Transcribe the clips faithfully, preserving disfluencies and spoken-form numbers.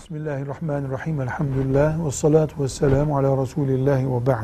Bismillahirrahmanirrahim. Elhamdülillah. Ve salatu ve selamu ala Resulillahi ve ba'd.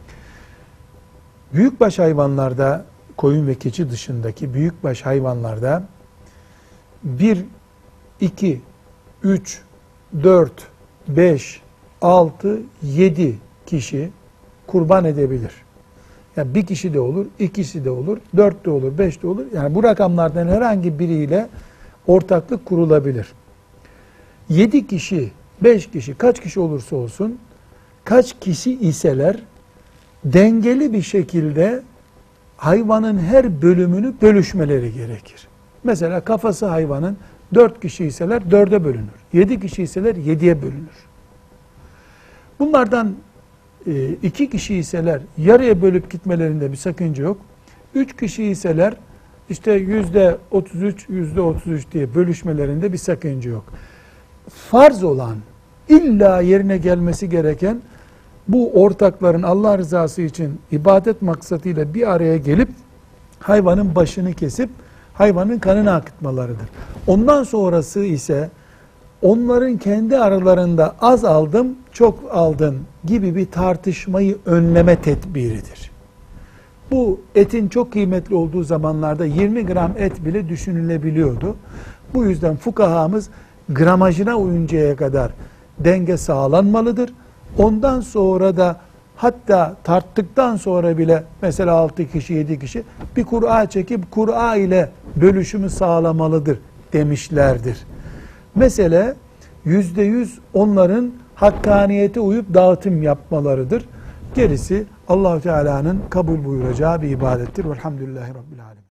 Büyükbaş hayvanlarda, koyun ve keçi dışındaki büyükbaş hayvanlarda bir, iki, üç, dört, beş, altı, yedi kişi kurban edebilir. Yani bir kişi de olur, ikisi de olur, dört de olur, beş de olur. Yani bu rakamlardan herhangi biriyle ortaklık kurulabilir. Yedi kişi, beş kişi, kaç kişi olursa olsun, kaç kişi iseler dengeli bir şekilde hayvanın her bölümünü bölüşmeleri gerekir. Mesela kafası hayvanın dört kişi iseler dörde bölünür. Yedi kişi iseler yediye bölünür. Bunlardan e, iki kişi iseler yarıya bölüp gitmelerinde bir sakınca yok. Üç kişi iseler işte yüzde otuz üç, yüzde otuz üç diye bölüşmelerinde bir sakınca yok. Farz olan, illa yerine gelmesi gereken bu ortakların Allah rızası için ibadet maksadıyla bir araya gelip hayvanın başını kesip hayvanın kanını akıtmalarıdır. Ondan sonrası ise onların kendi aralarında az aldım, çok aldın gibi bir tartışmayı önleme tedbiridir. Bu etin çok kıymetli olduğu zamanlarda yirmi gram et bile düşünülebiliyordu. Bu yüzden fukahamız gramajına uyuncaya kadar denge sağlanmalıdır. Ondan sonra da hatta tarttıktan sonra bile mesela altı kişi, yedi kişi bir kura çekip kura ile bölüşümü sağlamalıdır demişlerdir. Mesele yüzde yüz onların hakkaniyete uyup dağıtım yapmalarıdır. Gerisi Allah-u Teala'nın kabul buyuracağı bir ibadettir. Velhamdülillahi Rabbil Alemin.